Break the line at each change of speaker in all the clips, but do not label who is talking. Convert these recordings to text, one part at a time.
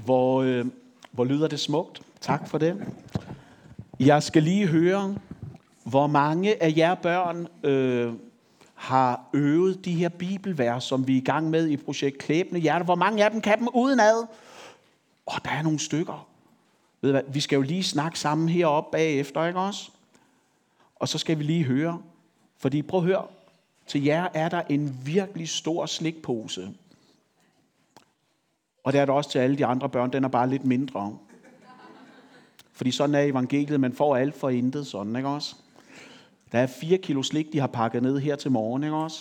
Hvor lyder det smukt. Tak for det. Jeg skal lige høre, hvor mange af jer børn har øvet de her bibelvers, som vi er i gang med i projekt Klæbende Hjerte. Hvor mange af dem kan dem udenad? Der er nogle stykker. Ved du hvad? Vi skal jo lige snakke sammen heroppe bagefter, ikke også? Og så skal vi lige høre. Fordi prøv at høre. Til jer er der en virkelig stor slikpose. Og det er der også til alle de andre børn. Den er bare lidt mindre. Fordi sådan er evangeliet. Man får alt for intet sådan, ikke også? Der er 4 kilo slik, de har pakket ned her til morgen, ikke også?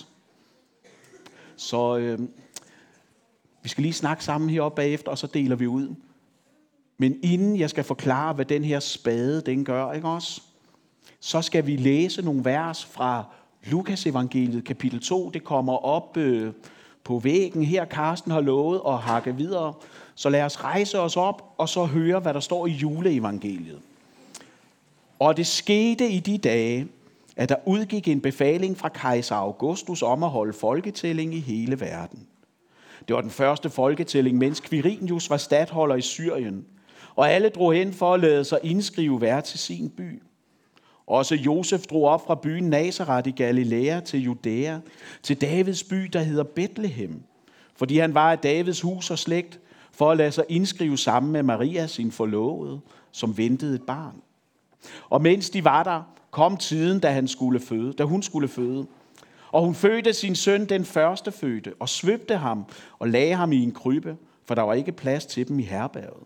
Så vi skal lige snakke sammen heroppe bagefter, og så deler vi ud. Men inden jeg skal forklare, hvad den her spade, den gør, ikke også? Så skal vi læse nogle vers fra Lukas evangeliet, kapitel 2. Det kommer op på væggen her. Karsten har lovet at hakke videre. Så lad os rejse os op, og så høre, hvad der står i juleevangeliet. Og det skete i de dage, at der udgik en befaling fra kejser Augustus om at holde folketælling i hele verden. Det var den første folketælling, mens Quirinius var statholder i Syrien, og alle drog hen for at lade sig indskrive hver til sin by. Også Josef drog op fra byen Nazaret i Galilea til Judæa, til Davids by, der hedder Betlehem, fordi han var af Davids hus og slægt, for at lade sig indskrive sammen med Maria, sin forlovede, som ventede et barn. Og mens de var der, kom tiden, da hun skulle føde. Og hun fødte sin søn, den førstefødte, og svøbte ham og lagde ham i en krybbe, for der var ikke plads til dem i herberget.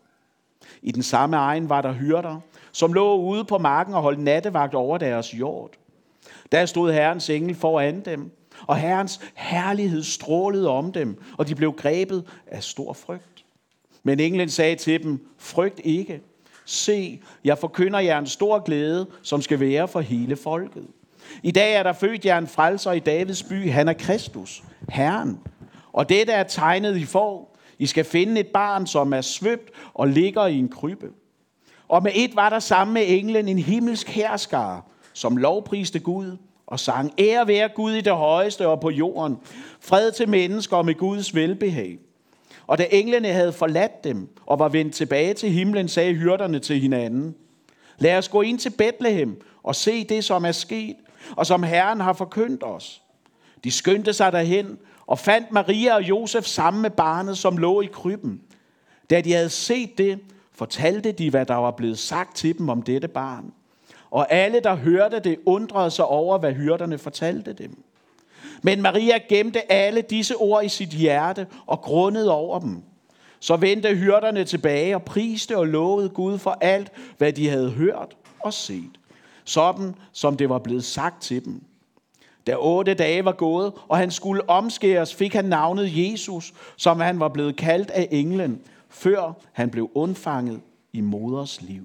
I den samme egen var der hyrder, som lå ude på marken og holdt nattevagt over deres hjord. Der stod Herrens engel foran dem, og Herrens herlighed strålede om dem, og de blev grebet af stor frygt. Men englen sagde til dem, frygt ikke. Se, jeg forkynder jer en stor glæde, som skal være for hele folket. I dag er der født jer en frelser i Davids by, han er Kristus, Herren. Og dette er tegnet, I får. I skal finde et barn, som er svøbt og ligger i en krybbe. Og med et var der sammen med englen en himmelsk hærskare, som lovpriste Gud og sang, ære være Gud i det højeste og på jorden, fred til mennesker og med Guds velbehag. Og da englene havde forladt dem og var vendt tilbage til himlen, sagde hyrderne til hinanden, lad os gå ind til Betlehem og se det, som er sket, og som Herren har forkyndt os. De skyndte sig derhen og fandt Maria og Josef sammen med barnet, som lå i krybben. Da de havde set det, fortalte de, hvad der var blevet sagt til dem om dette barn. Og alle, der hørte det, undrede sig over, hvad hyrderne fortalte dem. Men Maria gemte alle disse ord i sit hjerte og grundede over dem. Så vendte hyrderne tilbage og priste og lovede Gud for alt, hvad de havde hørt og set. Sådan som det var blevet sagt til dem. Da 8 dage var gået, og han skulle omskæres, fik han navnet Jesus, som han var blevet kaldt af englen, før han blev undfanget i moders liv.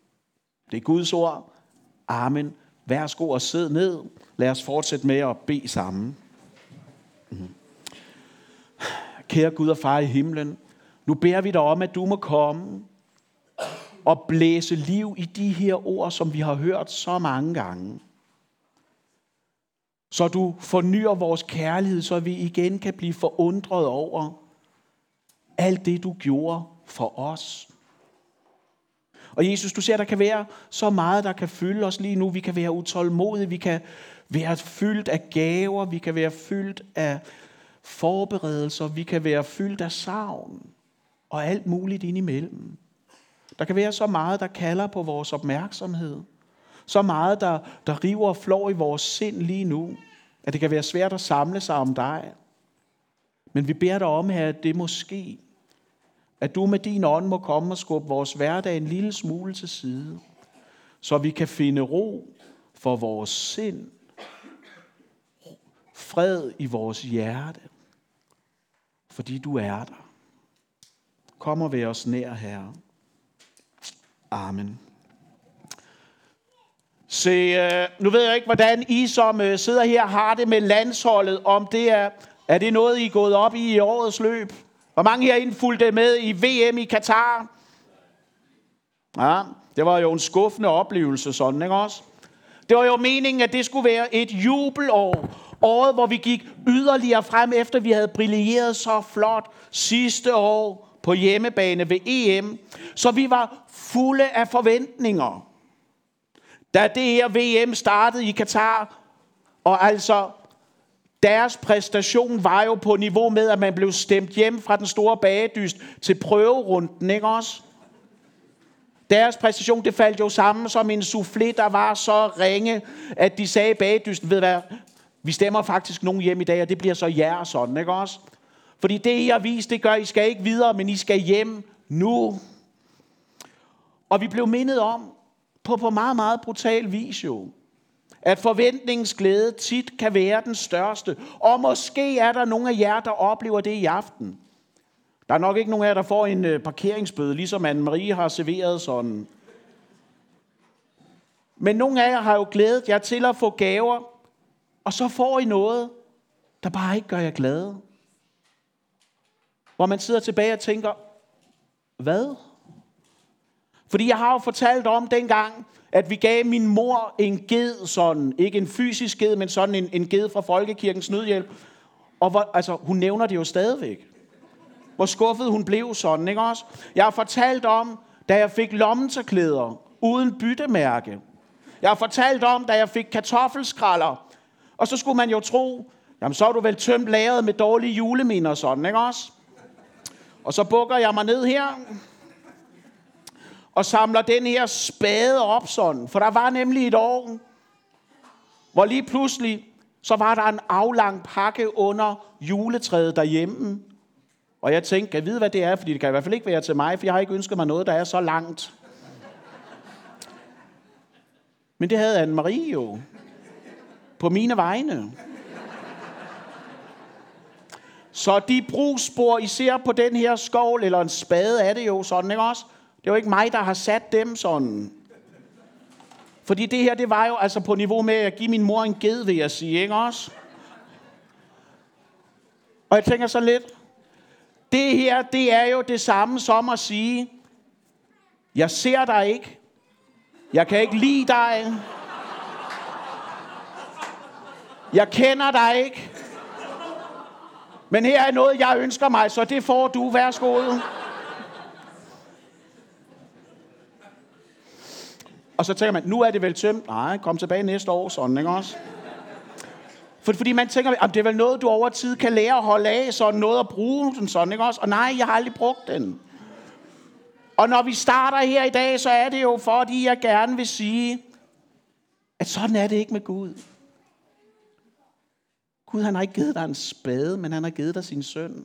Det er Guds ord. Amen. Værsgo og sid ned. Lad os fortsætte med at bede sammen. Kære Gud og far i himlen, nu beder vi dig om, at du må komme og blæse liv i de her ord, som vi har hørt så mange gange. Så du fornyer vores kærlighed, så vi igen kan blive forundret over alt det, du gjorde for os. Og Jesus, du ser, der kan være så meget, der kan fylde os lige nu. Vi kan være utålmodige, vi kan være fyldt af gaver, vi kan være fyldt af forberedelser, vi kan være fyldt af savn og alt muligt indimellem. Der kan være så meget, der kalder på vores opmærksomhed. Så meget, der river og flår i vores sind lige nu, at det kan være svært at samle sig om dig. Men vi beder dig om her, at det må ske. At du med din ånd må komme og skubbe vores hverdag en lille smule til side, så vi kan finde ro for vores sind, fred i vores hjerte, fordi du er der. Kom og vær os nær, Herre. Amen. Se, nu ved jeg ikke, hvordan I som sidder her har det med landsholdet, om det er det noget, I er gået op i årets løb? Hvor mange herinde fulgte med i VM i Katar? Ja, det var jo en skuffende oplevelse sådan, ikke også? Det var jo meningen, at det skulle være et jubelår. Året, hvor vi gik yderligere frem, efter vi havde brilleret så flot sidste år på hjemmebane ved EM. Så vi var fulde af forventninger. Da det her VM startede i Katar, og altså deres præstation var jo på niveau med, at man blev stemt hjem fra den store bagedyst til prøverunden, ikke også? Deres præstation, det faldt jo sammen som en soufflé, der var så ringe, at de sagde bagedysten, ved hvad, vi stemmer faktisk nogen hjem i dag, og det bliver så jer sådan, ikke også? Fordi det, I har vist, det gør, I skal ikke videre, men I skal hjem nu. Og vi blev mindet om, på meget, meget brutal vis jo, at forventningens glæde tit kan være den største. Og måske er der nogle af jer, der oplever det i aften. Der er nok ikke nogen af jer, der får en parkeringsbøde, ligesom Anne-Marie har serveret sådan. Men nogle af jer har jo glædet jer til at få gaver, og så får I noget, der bare ikke gør jer glade. Hvor man sidder tilbage og tænker, hvad? Fordi jeg har jo fortalt om dengang, at vi gav min mor en ged, sådan, ikke en fysisk ged, men sådan en ged fra Folkekirkens Nødhjælp. Og hun nævner det jo stadigvæk. Hvor skuffet hun blev sådan, ikke også? Jeg har fortalt om, da jeg fik lommetørklæder uden byttemærke. Jeg har fortalt om, da jeg fik kartoffelskralder. Og så skulle man jo tro, jamen så er du vel tømt lageret med dårlige juleminder sådan, ikke også? Og så bukker jeg mig ned her og samler den her spade op sådan. For der var nemlig et år, hvor lige pludselig, så var der en aflang pakke under juletræet derhjemme. Og jeg tænkte, kan jeg vide, hvad det er? Fordi det kan i hvert fald ikke være til mig, for jeg har ikke ønsket mig noget, der er så langt. Men det havde Anne-Marie jo. På mine vegne. Så de brugsspor, I ser på den her skovl, eller en spade er det jo sådan, ikke også? Det er jo ikke mig, der har sat dem sådan. Fordi det her, det var jo altså på niveau med at give min mor en ged, vil jeg sige, ikke også? Og jeg tænker så lidt, det her, det er jo det samme som at sige, jeg ser dig ikke, jeg kan ikke lide dig, jeg kender dig ikke, men her er noget, jeg ønsker mig, så det får du, værsgo. Og så tænker man, nu er det vel tømt. Nej, kom tilbage næste år, sådan, ikke også? Fordi man tænker, at det er vel noget, du over tid kan lære at holde af, sådan noget at bruge, sådan, ikke også? Og nej, jeg har aldrig brugt den. Og når vi starter her i dag, så er det jo fordi, jeg gerne vil sige, at sådan er det ikke med Gud. Gud, han har ikke givet dig en spade, men han har givet dig sin søn.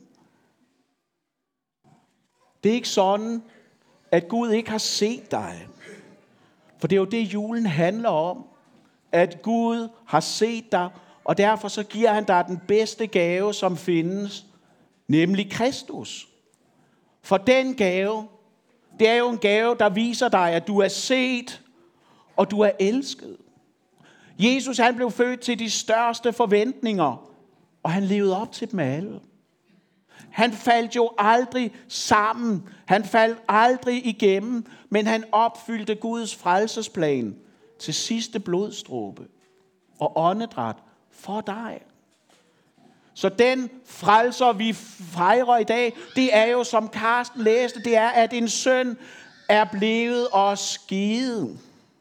Det er ikke sådan, at Gud ikke har set dig. For det er jo det, julen handler om. At Gud har set dig, og derfor så giver han dig den bedste gave, som findes, nemlig Kristus. For den gave, det er jo en gave, der viser dig, at du er set, og du er elsket. Jesus, han blev født til de største forventninger, og han levede op til dem alle. Han faldt jo aldrig sammen. Han faldt aldrig igennem, men han opfyldte Guds frelsesplan til sidste blodstråbe og åndedræt for dig. Så den frelser, vi fejrer i dag, det er jo, som Karsten læste, det er, at en søn er blevet os givet.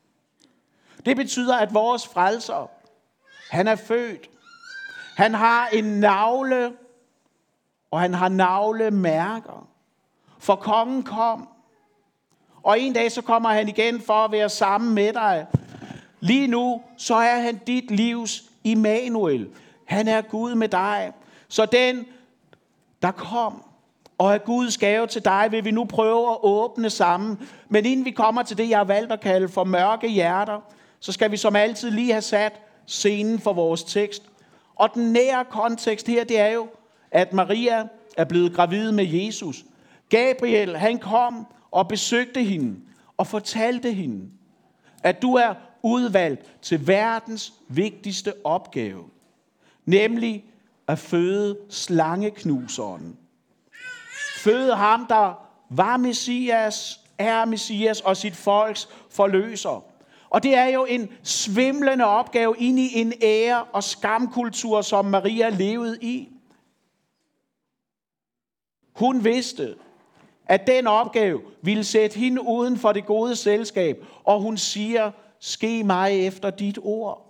Det betyder, at vores frelser, han er født. Han har en navle, og han har navlemærker. For kongen kom. Og en dag så kommer han igen for at være sammen med dig. Lige nu så er han dit livs Immanuel. Han er Gud med dig. Så den, der kom og er Guds gave til dig, vil vi nu prøve at åbne sammen. Men inden vi kommer til det, jeg har valgt at kalde for mørke hjerter, så skal vi som altid lige have sat scenen for vores tekst. Og den nære kontekst her, det er jo, at Maria er blevet gravid med Jesus. Gabriel, han kom og besøgte hende og fortalte hende, at du er udvalgt til verdens vigtigste opgave, nemlig at føde slangeknuseren. Føde ham, der var Messias, er Messias og sit folks forløser. Og det er jo en svimlende opgave ind i en ære- og skamkultur, som Maria levede i. Hun vidste, at den opgave ville sætte hende uden for det gode selskab. Og hun siger, ske mig efter dit ord.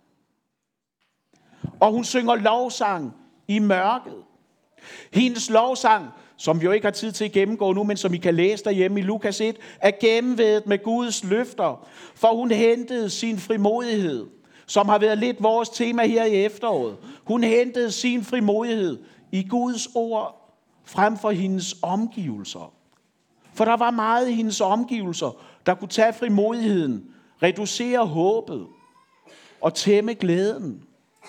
Og hun synger lovsang i mørket. Hendes lovsang, som vi jo ikke har tid til at gennemgå nu, men som I kan læse derhjemme i Lukas 1, er gennemvædet med Guds løfter. For hun hentede sin frimodighed, som har været lidt vores tema her i efteråret. Hun hentede sin frimodighed i Guds ord frem for hendes omgivelser. For der var meget i hendes omgivelser, der kunne tage frimodigheden, reducere håbet og tæmme glæden.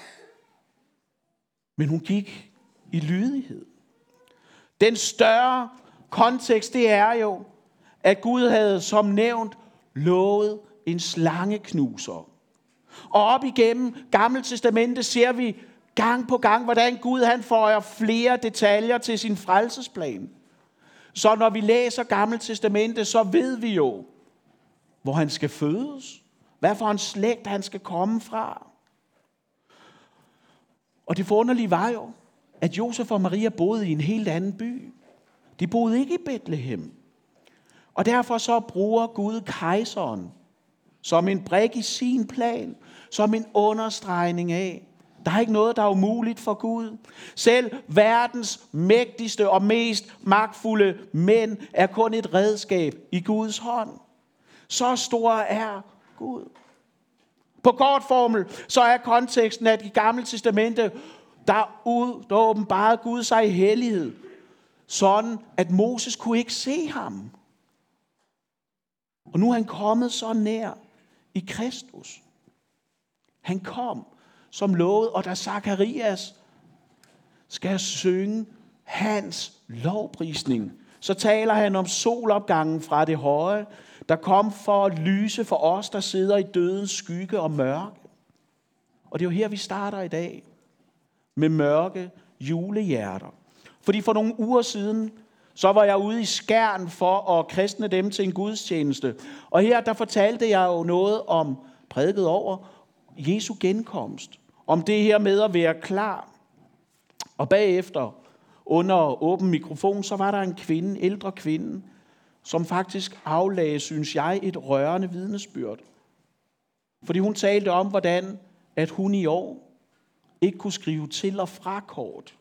Men hun gik i lydighed. Den større kontekst, det er jo, at Gud havde som nævnt lovet en slangeknuser. Og op igennem Gamle Testamente ser vi gang på gang, hvordan Gud han føjer flere detaljer til sin frelsesplan. Så når vi læser Gamle Testamente, så ved vi jo, hvor han skal fødes. Hvad for en slægt han skal komme fra. Og det forunderlige var jo, at Josef og Maria boede i en helt anden by. De boede ikke i Bethlehem. Og derfor så bruger Gud kejseren som en brik i sin plan, som en understregning af, der er ikke noget, der er umuligt for Gud. Selv verdens mægtigste og mest magtfulde mænd er kun et redskab i Guds hånd. Så stor er Gud. På kort formel, så er konteksten, at i Gamle Testamente, der åbenbarede Gud sig i hellighed, sådan at Moses kunne ikke se ham. Og nu er han kommet så nær i Kristus. Han kom som lovet, og da Zakarias skal synge hans lovprisning, så taler han om solopgangen fra det høje, der kom for at lyse for os, der sidder i dødens skygge og mørke. Og det er jo her, vi starter i dag, med mørke julehjerter. Fordi for nogle uger siden, så var jeg ude i Skjern for at kristne dem til en gudstjeneste. Og her, der fortalte jeg jo noget om, prædiket over, Jesu genkomst. Om det her med at være klar. Og bagefter, under åben mikrofon, så var der en kvinde, ældre kvinde, som faktisk aflagde, synes jeg, et rørende vidnesbyrd. Fordi hun talte om, hvordan at hun i år ikke kunne skrive til og fra kort.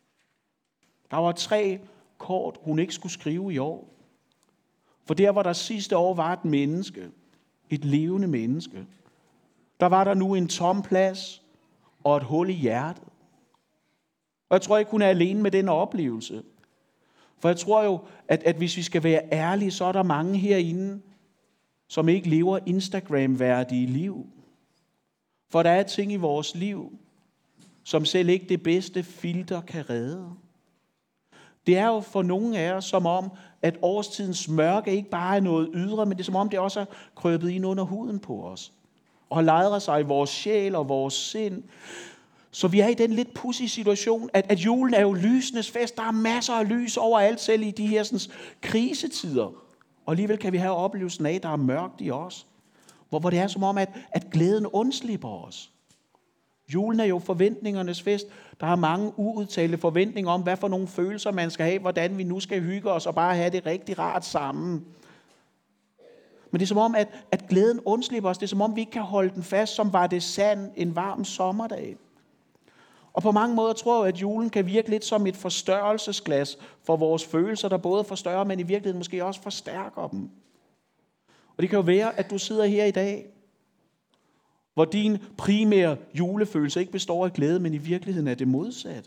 Der var 3 kort, hun ikke skulle skrive i år. For der, hvor der sidste år var et menneske, et levende menneske, der var der nu en tom plads og et hul i hjertet. Og jeg tror ikke, hun er alene med den oplevelse. For jeg tror jo, at hvis vi skal være ærlige, så er der mange herinde, som ikke lever Instagram-værdige liv. For der er ting i vores liv, som selv ikke det bedste filter kan redde. Det er jo for nogle af os som om, at årstidens mørke ikke bare er noget ydre, men det er som om, det også er krøbet ind under huden på os. Og har lejret sig i vores sjæl og vores sind. Så vi er i den lidt pudsige situation, at julen er jo lysenes fest. Der er masser af lys overalt, selv i de her sådan, krisetider. Og alligevel kan vi have oplevelsen af, at der er mørkt i os. Hvor det er som om, at glæden undslipper os. Julen er jo forventningernes fest. Der er mange uudtalte forventninger om, hvad for nogle følelser man skal have, hvordan vi nu skal hygge os og bare have det rigtig rart sammen. Men det er som om, at glæden undslipper os. Det er som om, vi ikke kan holde den fast, som var det sand en varm sommerdag. Og på mange måder tror jeg, at julen kan virke lidt som et forstørrelsesglas for vores følelser, der både forstørrer, men i virkeligheden måske også forstærker dem. Og det kan jo være, at du sidder her i dag, hvor din primære julefølelse ikke består af glæde, men i virkeligheden er det modsatte.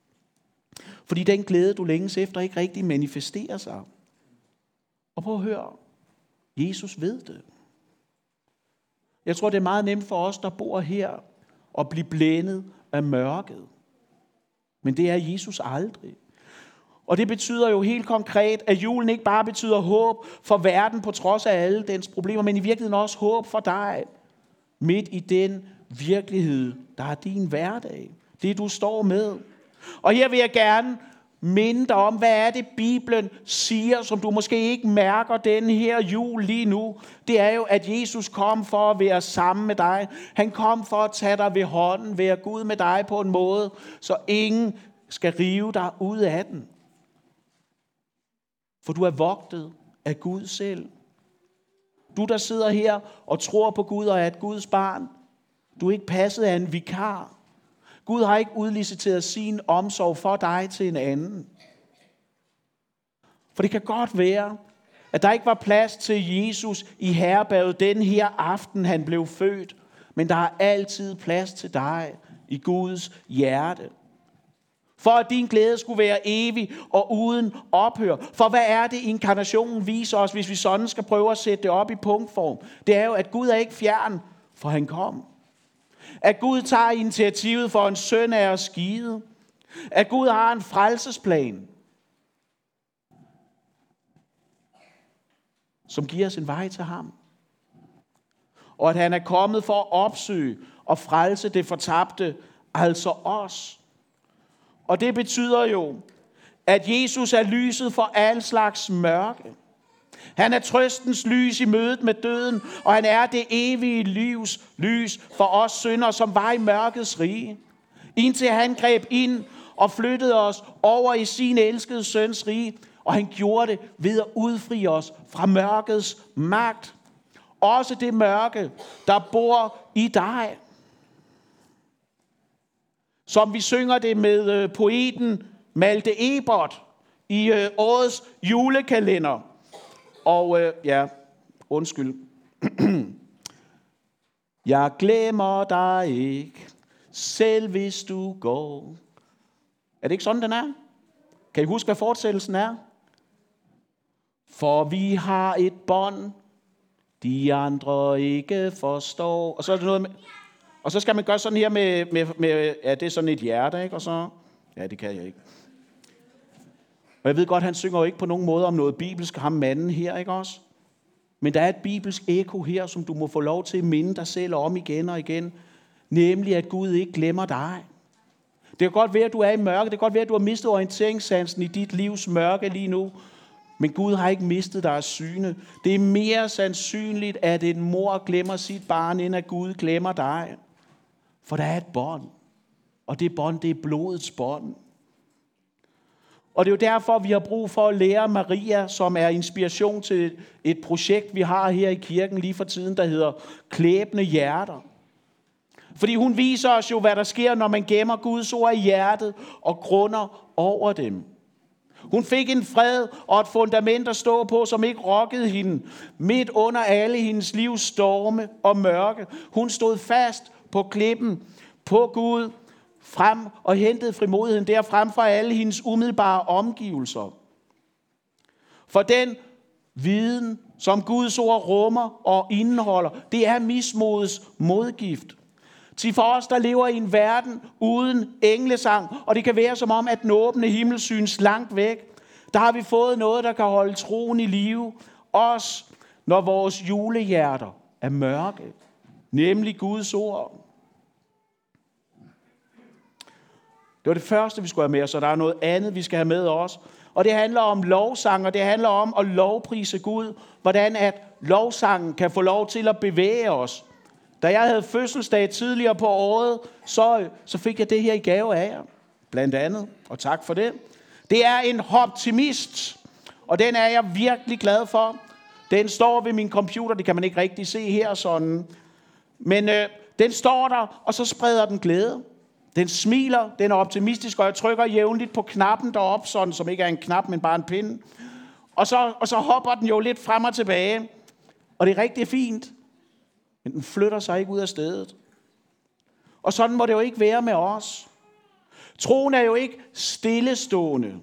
Fordi den glæde, du længes efter, ikke rigtig manifesterer sig. Og prøv at høre, Jesus ved det. Jeg tror, det er meget nemt for os, der bor her, at blive blændet af mørket. Men det er Jesus aldrig. Og det betyder jo helt konkret, at julen ikke bare betyder håb for verden på trods af alle dens problemer, men i virkeligheden også håb for dig. Midt i den virkelighed, der er din hverdag. Det du står med. Og her vil jeg gerne minde dig om, hvad er det Bibelen siger, som du måske ikke mærker den her jul lige nu. Det er jo, at Jesus kom for at være sammen med dig. Han kom for at tage dig ved hånden, være Gud med dig på en måde, så ingen skal rive dig ud af den. For du er vogtet af Gud selv. Du, der sidder her og tror på Gud og er et Guds barn, du er ikke passet af en vikar. Gud har ikke udliciteret sin omsorg for dig til en anden. For det kan godt være, at der ikke var plads til Jesus i herberget den her aften, han blev født. Men der er altid plads til dig i Guds hjerte. For at din glæde skulle være evig og uden ophør. For hvad er det, inkarnationen viser os, hvis vi sådan skal prøve at sætte det op i punktform? Det er jo, at Gud er ikke fjern, for han kom. At Gud tager initiativet for en søn af os givet. At Gud har en frelsesplan, som giver os en vej til ham. Og at han er kommet for at opsøge og frelse det fortabte, altså os. Og det betyder jo, at Jesus er lyset for al slags mørke. Han er trøstens lys i mødet med døden, og han er det evige livs lys for os syndere, som var i mørkets rige. Indtil han greb ind og flyttede os over i sin elskede søns rige, og han gjorde det ved at udfri os fra mørkets magt. Også det mørke, der bor i dig. Som vi synger det med poeten Malte Ebert i årets julekalender. Og undskyld. Jeg glemmer dig ikke, selv hvis du går. Er det ikke sådan, den er? Kan I huske, hvad fortsættelsen er? For vi har et bånd, de andre ikke forstår. Og så er det noget med, og så skal man gøre sådan her med ja, det er sådan et hjerte, ikke? Og så, ja, det kan jeg ikke. Og jeg ved godt, han synger jo ikke på nogen måde om noget bibelsk, ham manden her, ikke også? Men der er et bibelsk ekko her, som du må få lov til at minde dig selv om igen og igen. Nemlig, at Gud ikke glemmer dig. Det kan godt være, at du er i mørke. Det kan godt være, at du har mistet orienteringssansen i dit livs mørke lige nu. Men Gud har ikke mistet dig af syne. Det er mere sandsynligt, at en mor glemmer sit barn, end at Gud glemmer dig. For der er et bånd. Og det bånd, det er blodets bånd. Og det er jo derfor, vi har brug for at lære Maria, som er inspiration til et projekt, vi har her i kirken lige for tiden, der hedder Klæbende Hjerter. Fordi hun viser os jo, hvad der sker, når man gemmer Guds ord i hjertet og grunder over dem. Hun fik en fred og et fundament at stå på, som ikke rokkede hende midt under alle hendes livs storme og mørke. Hun stod fast på klippen, på Gud, frem og hentede frimodigheden der frem for alle hendes umiddelbare omgivelser. For den viden, som Guds ord rummer og indeholder, det er mismodets modgift. Til for os, der lever i en verden uden englesang, og det kan være som om, at den åbne himmel synes langt væk, der har vi fået noget, der kan holde troen i live, også når vores julehjerter er mørke, nemlig Guds ord. Det var det første, vi skulle have med os, og der er noget andet, vi skal have med os. Og det handler om lovsang, og det handler om at lovprise Gud, hvordan at lovsangen kan få lov til at bevæge os. Da jeg havde fødselsdag tidligere på året, så fik jeg det her i gave af jer, blandt andet, og tak for det. Det er en optimist, og den er jeg virkelig glad for. Den står ved min computer, det kan man ikke rigtig se her sådan. Men den står der, og så spreder den glæde. Den smiler, den er optimistisk, og jeg trykker jævnligt på knappen deroppe, sådan, som ikke er en knap, men bare en pinde. Og så hopper den jo lidt frem og tilbage, og det er rigtig fint. Men den flytter sig ikke ud af stedet. Og sådan må det jo ikke være med os. Troen er jo ikke stillestående.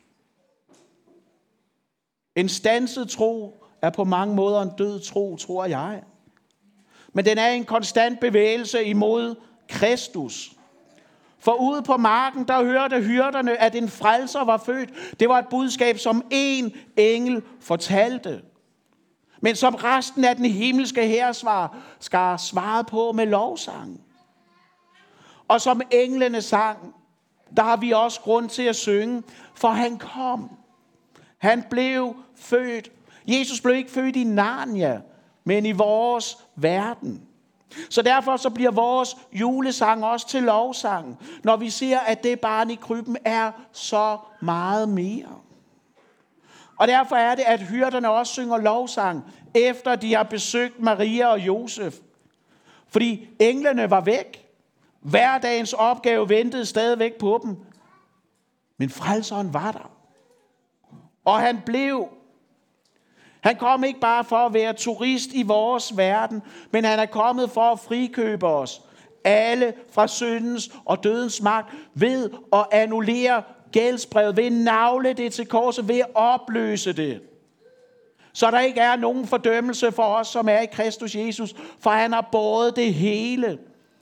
En standset tro er på mange måder en død tro, tror jeg. Men den er en konstant bevægelse imod Kristus. For ude på marken, der hørte hyrderne, at en frelser var født. Det var et budskab, som én engel fortalte. Men som resten af den himmelske hærsvar skal svare på med lovsang. Og som englene sang, der har vi også grund til at synge, for han kom. Han blev født. Jesus blev ikke født i Narnia, men i vores verden. Så derfor så bliver vores julesang også til lovsang, når vi ser, at det barn i krybben er så meget mere. Og derfor er det, at hyrderne også synger lovsang, efter de har besøgt Maria og Josef. Fordi englene var væk. Hverdagens opgave ventede stadigvæk på dem. Men frelseren var der. Og han blev. Han kom ikke bare for at være turist i vores verden, men han er kommet for at frikøbe os. Alle fra syndens og dødens magt ved at annullere gældsbrevet, ved at nagle det til korset, ved at opløse det. Så der ikke er nogen fordømmelse for os, som er i Kristus Jesus, for han har båret det hele.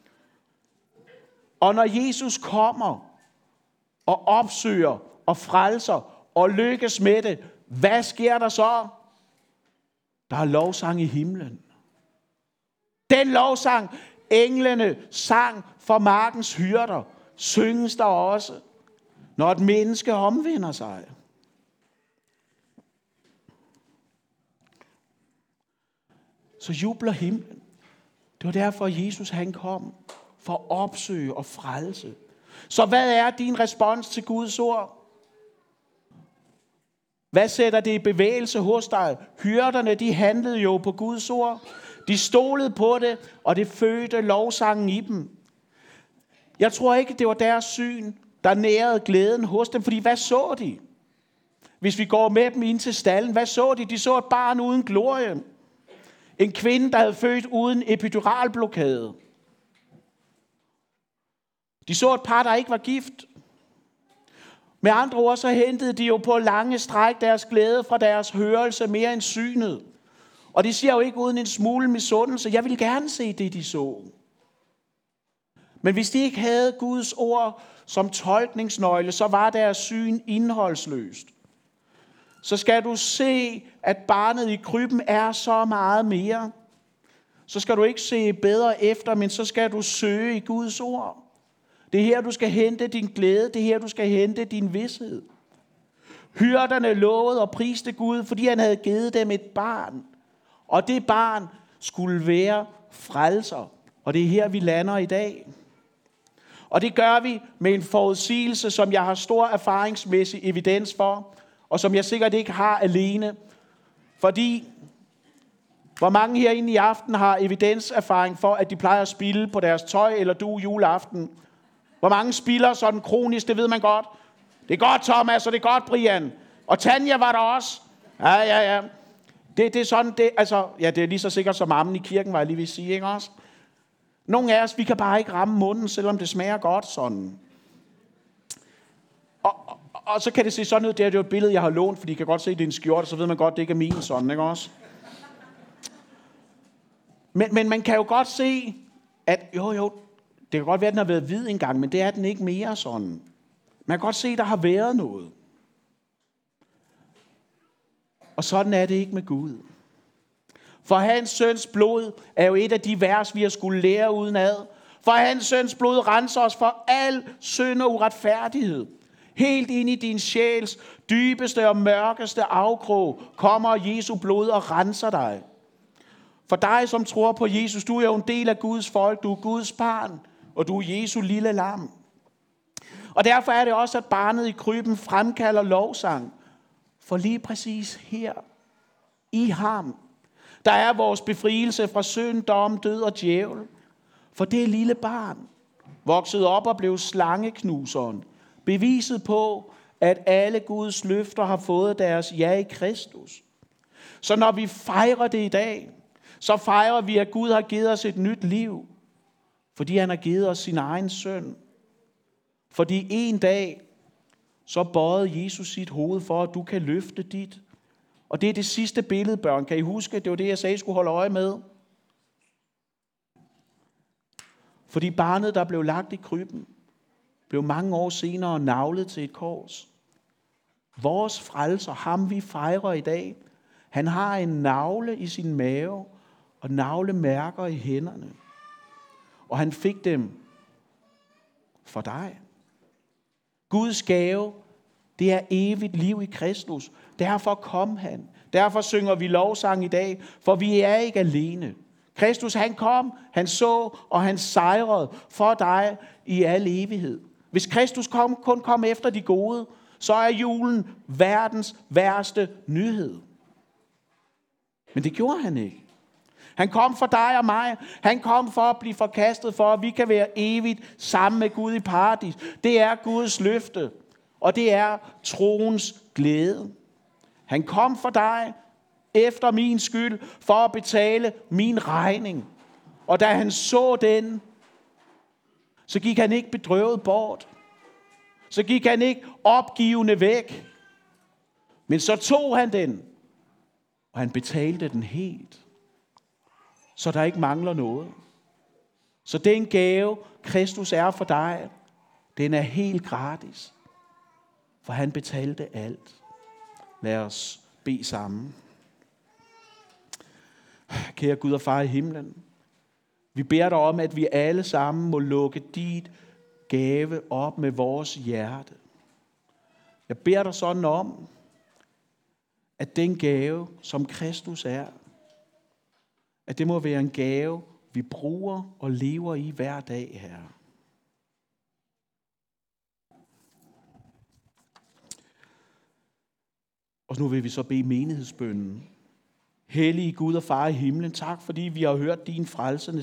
Og når Jesus kommer og opsøger og frelser og lykkes med det, hvad sker der så? Der er lovsang i himlen. Den lovsang, englene sang for markens hyrder, synges der også, når et menneske omvender sig. Så jubler himlen. Det var derfor, Jesus han kom, for at opsøge og frelse. Så hvad er din respons til Guds ord? Hvad sætter det i bevægelse hos dig? Hyrderne, de handlede jo på Guds ord. De stolede på det, og det fødte lovsangen i dem. Jeg tror ikke, det var deres syn, der nærede glæden hos dem, fordi hvad så de? Hvis vi går med dem ind til stallen, hvad så de? De så et barn uden glorie. En kvinde, der havde født uden epiduralblokade. De så et par, der ikke var gift. Med andre ord, så hentede de jo på lange stræk deres glæde fra deres hørelse mere end synet. Og de siger jo ikke uden en smule misundelse. Jeg ville gerne se det, de så. Men hvis de ikke havde Guds ord som tolkningsnøgle, så var deres syn indholdsløst. Så skal du se, at barnet i krybben er så meget mere. Så skal du ikke se bedre efter, men så skal du søge i Guds ord. Det er her, du skal hente din glæde. Det er her, du skal hente din vished. Hyrderne lovede og priste Gud, fordi han havde givet dem et barn. Og det barn skulle være frelser. Og det er her, vi lander i dag. Og det gør vi med en forudsigelse, som jeg har stor erfaringsmæssig evidens for, og som jeg sikkert ikke har alene. Fordi, hvor mange herinde i aften har evidenserfaring for, at de plejer at spilde på deres tøj eller du juleaften? Hvor mange spilder sådan kronisk, det ved man godt. Det er godt, Thomas, og det er godt, Brian. Og Tanja var der også. Ja. Det er sådan, det er lige så sikkert som ammen i kirken, var jeg lige ved at sige, ikke også? Nogle af os, vi kan bare ikke ramme munden, selvom det smager godt sådan. Og så kan det se sådan ud, det er jo et billede, jeg har lånt, fordi I kan godt se, det er en skjorte, så ved man godt, det ikke er min sådan, ikke også? Men man kan jo godt se, at jo, det kan godt være, at den har været hvid engang, men det er den ikke mere sådan. Man kan godt se, at der har været noget. Og sådan er det ikke med Gud. For hans søns blod er jo et af de vers, vi har skulle lære udenad. For hans søns blod renser os for al synd og uretfærdighed. Helt ind i din sjæls dybeste og mørkeste afkrog kommer Jesu blod og renser dig. For dig, som tror på Jesus, du er jo en del af Guds folk, du er Guds barn, og du er Jesu lille lam. Og derfor er det også, at barnet i krybben fremkalder lovsang. For lige præcis her, i ham, der er vores befrielse fra synd, dom, død og djævel. For det lille barn voksede op og blev slangeknuseren. Beviset på, at alle Guds løfter har fået deres ja i Kristus. Så når vi fejrer det i dag, så fejrer vi, at Gud har givet os et nyt liv. Fordi han har givet os sin egen søn. Fordi en dag, så bøjede Jesus sit hoved for, at du kan løfte dit. Og det er det sidste billede, børn. Kan I huske? Det var det, jeg sagde, I skulle holde øje med. Fordi barnet, der blev lagt i krybben, blev mange år senere naglet til et kors. Vores frelser, ham vi fejrer i dag, han har en nagle i sin mave og naglemærker i hænderne. Og han fik dem for dig. Guds gave, det er evigt liv i Kristus. Derfor kom han. Derfor synger vi lovsang i dag, for vi er ikke alene. Kristus, han kom, han så, og han sejrede for dig i al evighed. Hvis Kristus kun kom efter de gode, så er julen verdens værste nyhed. Men det gjorde han ikke. Han kom for dig og mig. Han kom for at blive forkastet, for at vi kan være evigt sammen med Gud i paradis. Det er Guds løfte, og det er troens glæde. Han kom for dig efter min skyld, for at betale min regning. Og da han så den, så gik han ikke bedrøvet bort. Så gik han ikke opgivende væk. Men så tog han den, og han betalte den helt. Så der ikke mangler noget. Så den gave, Kristus er for dig, den er helt gratis. For han betalte alt. Lad os bede sammen. Kære Gud og Far i himlen, vi beder dig om, at vi alle sammen må lukke dit gave op med vores hjerte. Jeg beder dig sådan om, at den gave, som Kristus er, at det må være en gave, vi bruger og lever i hver dag, Herre. Og nu vil vi så bede menighedsbønnen. Hellige Gud og Far i himlen, tak fordi vi har hørt din frelsende